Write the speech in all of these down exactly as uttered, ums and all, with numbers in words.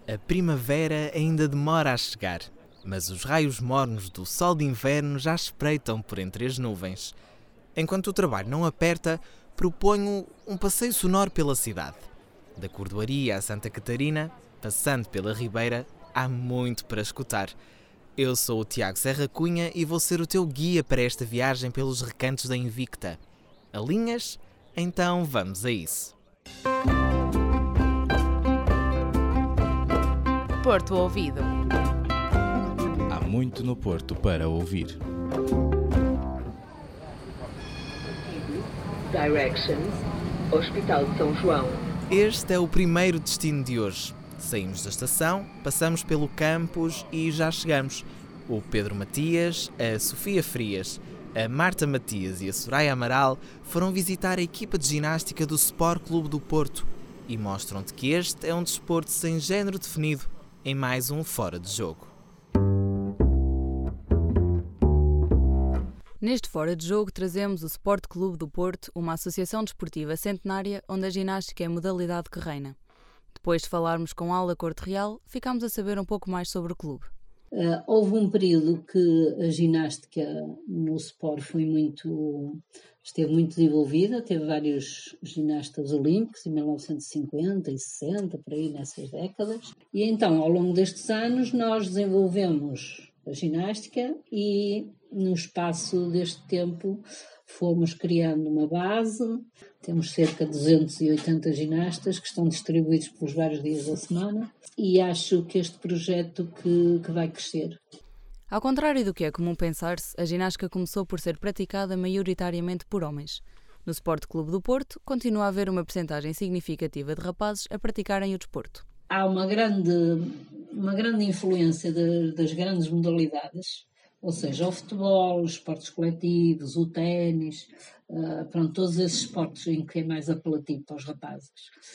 A primavera ainda demora a chegar, mas os raios mornos do sol de inverno já espreitam por entre as nuvens. Enquanto o trabalho não aperta, proponho um passeio sonoro pela cidade. Da Cordoaria a Santa Catarina, passando pela Ribeira, há muito para escutar. Eu sou o Tiago Serra Cunha e vou ser o teu guia para esta viagem pelos recantos da Invicta. Alinhas? Então vamos a isso. Porto Ouvido. Há muito no Porto para ouvir. Directions, Hospital de São João. Este é o primeiro destino de hoje. Saímos da estação, passamos pelo campus e já chegamos. O Pedro Matias, a Sofia Frias, a Marta Matias e a Soraya Amaral foram visitar a equipa de ginástica do Sport Clube do Porto e mostram-te que este é um desporto sem género definido, em mais um Fora de Jogo. Neste Fora de Jogo trazemos o Sport Clube do Porto, uma associação desportiva centenária onde a ginástica é a modalidade que reina. Depois de falarmos com Alda Corte Real, ficámos a saber um pouco mais sobre o clube. Uh, houve um período que a ginástica no Sport foi muito, esteve muito desenvolvida, teve vários ginastas olímpicos em mil novecentos e cinquenta e sessenta, por aí nessas décadas. E então, ao longo destes anos, nós desenvolvemos a ginástica e no espaço deste tempo fomos criando uma base. Temos cerca de duzentos e oitenta ginastas que estão distribuídos pelos vários dias da semana e acho que este projeto que, que vai crescer. Ao contrário do que é comum pensar-se, a ginástica começou por ser praticada maioritariamente por homens. No Sport Clube do Porto, continua a haver uma percentagem significativa de rapazes a praticarem o desporto. Há uma grande, uma grande influência de, das grandes modalidades, ou seja, o futebol, os esportes coletivos, o ténis, uh, pronto, todos esses esportes em que é mais apelativo para os rapazes.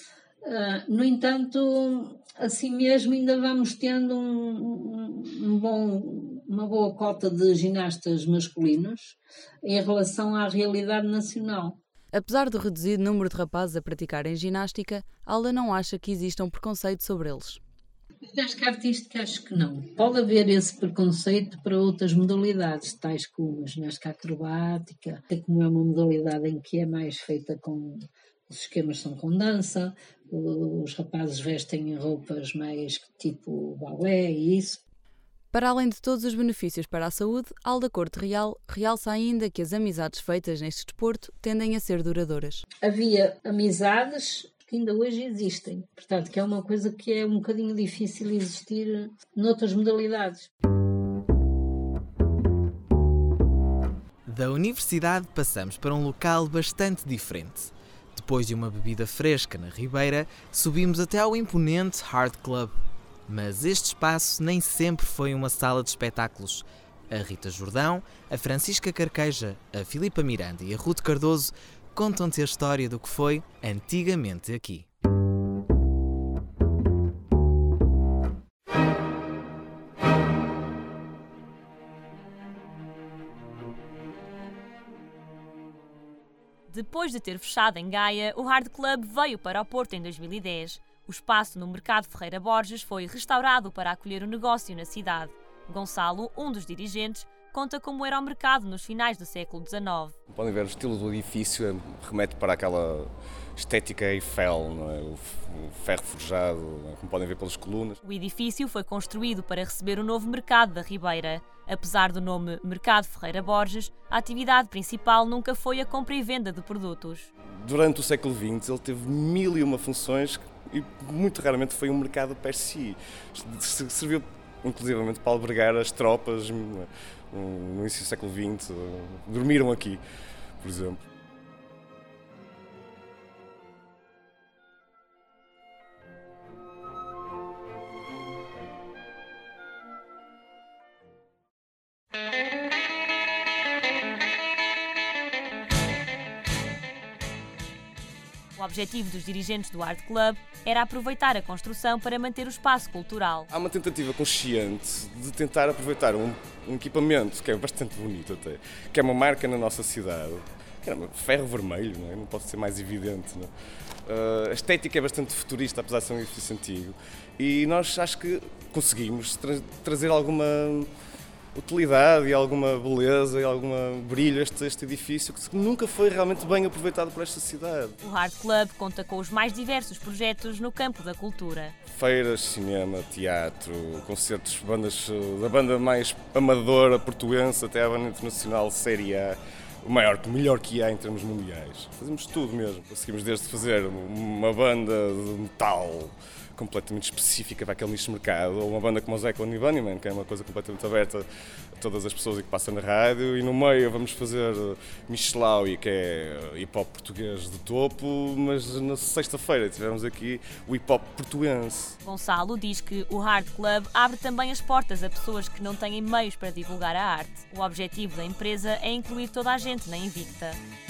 Uh, no entanto, assim mesmo ainda vamos tendo um, um, um bom, uma boa cota de ginastas masculinos em relação à realidade nacional. Apesar do reduzido número de rapazes a praticarem ginástica, Alda não acha que exista um preconceito sobre eles. Ginástica artística acho que não. Pode haver esse preconceito para outras modalidades, tais como a ginástica acrobática, como é uma modalidade em que é mais feita com... Os esquemas são com dança, os rapazes vestem roupas mais tipo balé e isso. Para além de todos os benefícios para a saúde, Alda Corte Real realça ainda que as amizades feitas neste desporto tendem a ser duradouras. Havia amizades que ainda hoje existem, portanto que é uma coisa que é um bocadinho difícil existir noutras modalidades. Da universidade passamos para um local bastante diferente. Depois de uma bebida fresca na Ribeira, subimos até ao imponente Hard Club. Mas este espaço nem sempre foi uma sala de espetáculos. A Rita Jordão, a Francisca Carqueja, a Filipa Miranda e a Ruth Cardoso contam-te a história do que foi antigamente aqui. Depois de ter fechado em Gaia, o Hard Club veio para o Porto em dois mil e dez. O espaço no Mercado Ferreira Borges foi restaurado para acolher o negócio na cidade. Gonçalo, um dos dirigentes, conta como era o mercado nos finais do século dezenove. Podem ver o estilo do edifício, remete para aquela estética Eiffel, não é? O ferro forjado, como podem ver pelas colunas. O edifício foi construído para receber o novo mercado da Ribeira. Apesar do nome Mercado Ferreira Borges, a atividade principal nunca foi a compra e venda de produtos. Durante o século vinte ele teve mil e uma funções e muito raramente foi um mercado per si. Serviu inclusivamente para albergar as tropas no início do século vinte, dormiram aqui, por exemplo. O objetivo dos dirigentes do Art Club era aproveitar a construção para manter o espaço cultural. Há uma tentativa consciente de tentar aproveitar um, um equipamento que é bastante bonito até, que é uma marca na nossa cidade, caramba, ferro vermelho, não é? Não pode ser mais evidente, não é? Uh, a estética é bastante futurista, apesar de ser um edifício antigo, e nós acho que conseguimos tra- trazer alguma utilidade e alguma beleza e algum brilho a este, este edifício que nunca foi realmente bem aproveitado por esta cidade. O Hard Club conta com os mais diversos projetos no campo da cultura. Feiras, cinema, teatro, concertos, bandas, da banda mais amadora portuense até à banda internacional Série A, o maior, o melhor que há em termos mundiais. Fazemos tudo mesmo. Conseguimos desde fazer uma banda de metal completamente específica para aquele nicho de mercado, ou uma banda como o Zeca e Bunnyman, que é uma coisa completamente aberta a todas as pessoas e que passa na rádio, e no meio vamos fazer Michelau, que é hip-hop português de topo, mas na sexta-feira tivemos aqui o hip-hop portuense. Gonçalo diz que o Hard Club abre também as portas a pessoas que não têm meios para divulgar a arte. O objetivo da empresa é incluir toda a gente na Invicta.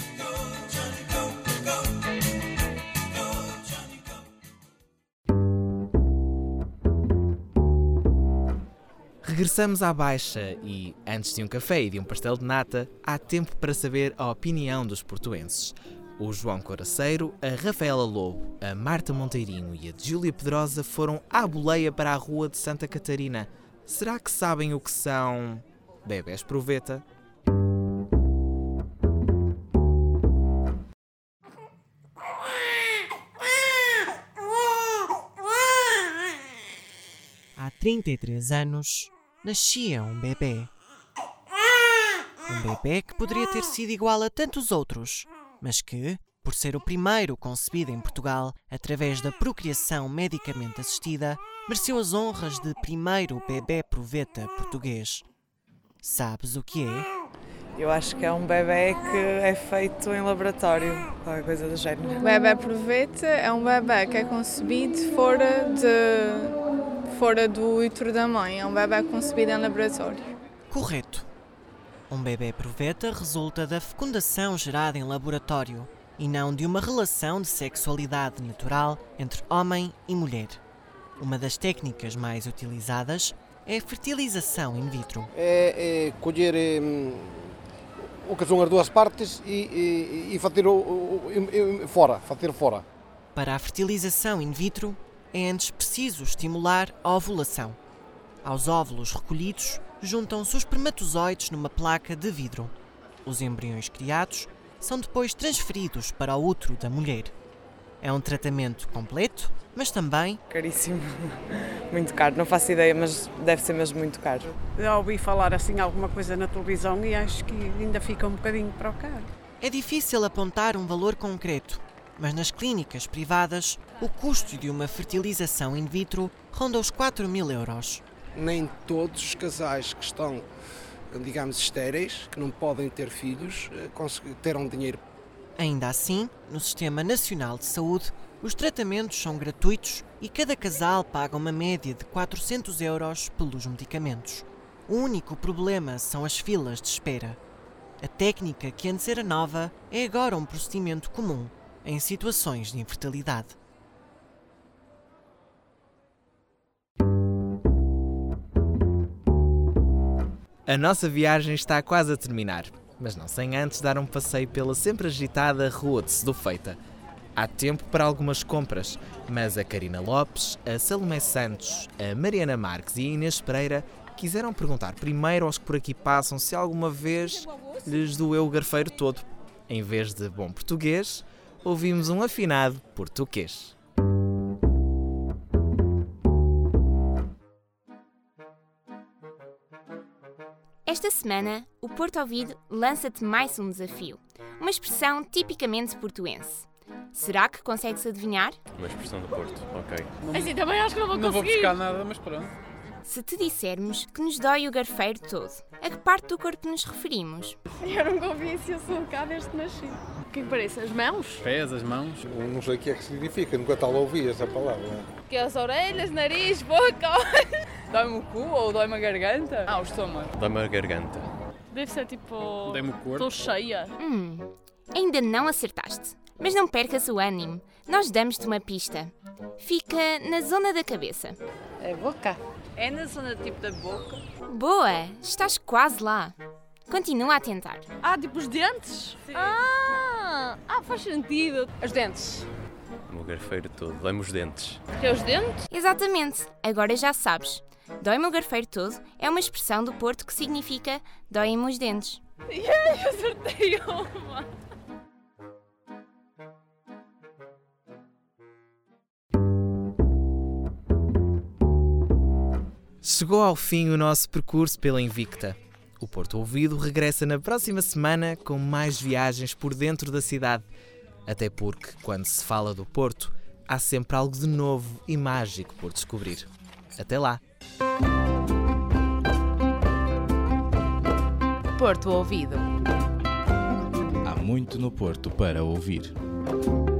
Regressamos à Baixa e, antes de um café e de um pastel de nata, há tempo para saber a opinião dos portuenses. O João Coraceiro, a Rafaela Lobo, a Marta Monteirinho e a Júlia Pedrosa foram à boleia para a rua de Santa Catarina. Será que sabem o que são bebés proveta? Há trinta e três anos, nascia um bebê. Um bebê que poderia ter sido igual a tantos outros, mas que, por ser o primeiro concebido em Portugal através da procriação medicamente assistida, mereceu as honras de primeiro bebê proveta português. Sabes o que é? Eu acho que é um bebê que é feito em laboratório, qualquer coisa do género. O bebê proveta é um bebê que é concebido fora de... fora do útero da mãe, é um bebê concebido em laboratório. Correto. Um bebê proveta resulta da fecundação gerada em laboratório e não de uma relação de sexualidade natural entre homem e mulher. Uma das técnicas mais utilizadas é a fertilização in vitro. É, é colher é, o que são as duas partes e, e, e fazer o, o, o, fora, fazer fora. Para a fertilização in vitro, é antes preciso estimular a ovulação. Aos óvulos recolhidos, juntam-se os espermatozoides numa placa de vidro. Os embriões criados são depois transferidos para o útero da mulher. É um tratamento completo, mas também... caríssimo. Muito caro. Não faço ideia, mas deve ser mesmo muito caro. Já ouvi falar assim alguma coisa na televisão e acho que ainda fica um bocadinho para o caro. É difícil apontar um valor concreto, mas nas clínicas privadas, o custo de uma fertilização in vitro ronda os quatro mil euros. Nem todos os casais que estão, digamos, estéreis, que não podem ter filhos, terão dinheiro. Ainda assim, no Sistema Nacional de Saúde, os tratamentos são gratuitos e cada casal paga uma média de quatrocentos euros pelos medicamentos. O único problema são as filas de espera. A técnica, que antes era nova, é agora um procedimento comum em situações de infertilidade. A nossa viagem está quase a terminar, mas não sem antes dar um passeio pela sempre agitada Rua de Sedufeita. Há tempo para algumas compras, mas a Karina Lopes, a Salomé Santos, a Mariana Marques e a Inês Pereira quiseram perguntar primeiro aos que por aqui passam se alguma vez lhes doeu o garfeiro todo. Em vez de bom português, ouvimos um afinado português. Esta semana, o Porto Ouvido lança-te mais um desafio, uma expressão tipicamente portuense. Será que consegues adivinhar? Uma expressão do Porto, ok. Não, assim também acho que não vou conseguir. Não vou buscar nada, mas pronto. Se te dissermos que nos dói o garfeiro todo, a que parte do corpo nos referimos? Eu nunca ouvi isso, eu sou cá desde que nasci. O que é que parece? As mãos? Os pés, as mãos. Eu não sei o que é que significa, nunca tal ouvi essa palavra. Que as orelhas, nariz, boca. Dói-me o cu ou dói-me a garganta? Ah, o estômago. Dói-me a garganta. Deve ser tipo... Dói-me o corpo. Estou cheia. Hum, ainda não acertaste. Mas não percas o ânimo. Nós damos-te uma pista. Fica na zona da cabeça. É boca. É na zona tipo da boca. Boa! Estás quase lá. Continua a tentar. Ah, tipo os dentes? Sim. Ah! Ah, faz sentido. Os dentes. O meu garfeiro todo, dói-me os dentes. Que é os dentes? Exatamente, agora já sabes. Dói-me o garfeiro todo é uma expressão do Porto que significa dói-me os dentes. Yeah, acertei uma! Chegou ao fim o nosso percurso pela Invicta. O Porto Ouvido regressa na próxima semana com mais viagens por dentro da cidade. Até porque, quando se fala do Porto, há sempre algo de novo e mágico por descobrir. Até lá! Porto Ouvido. Há muito no Porto para ouvir.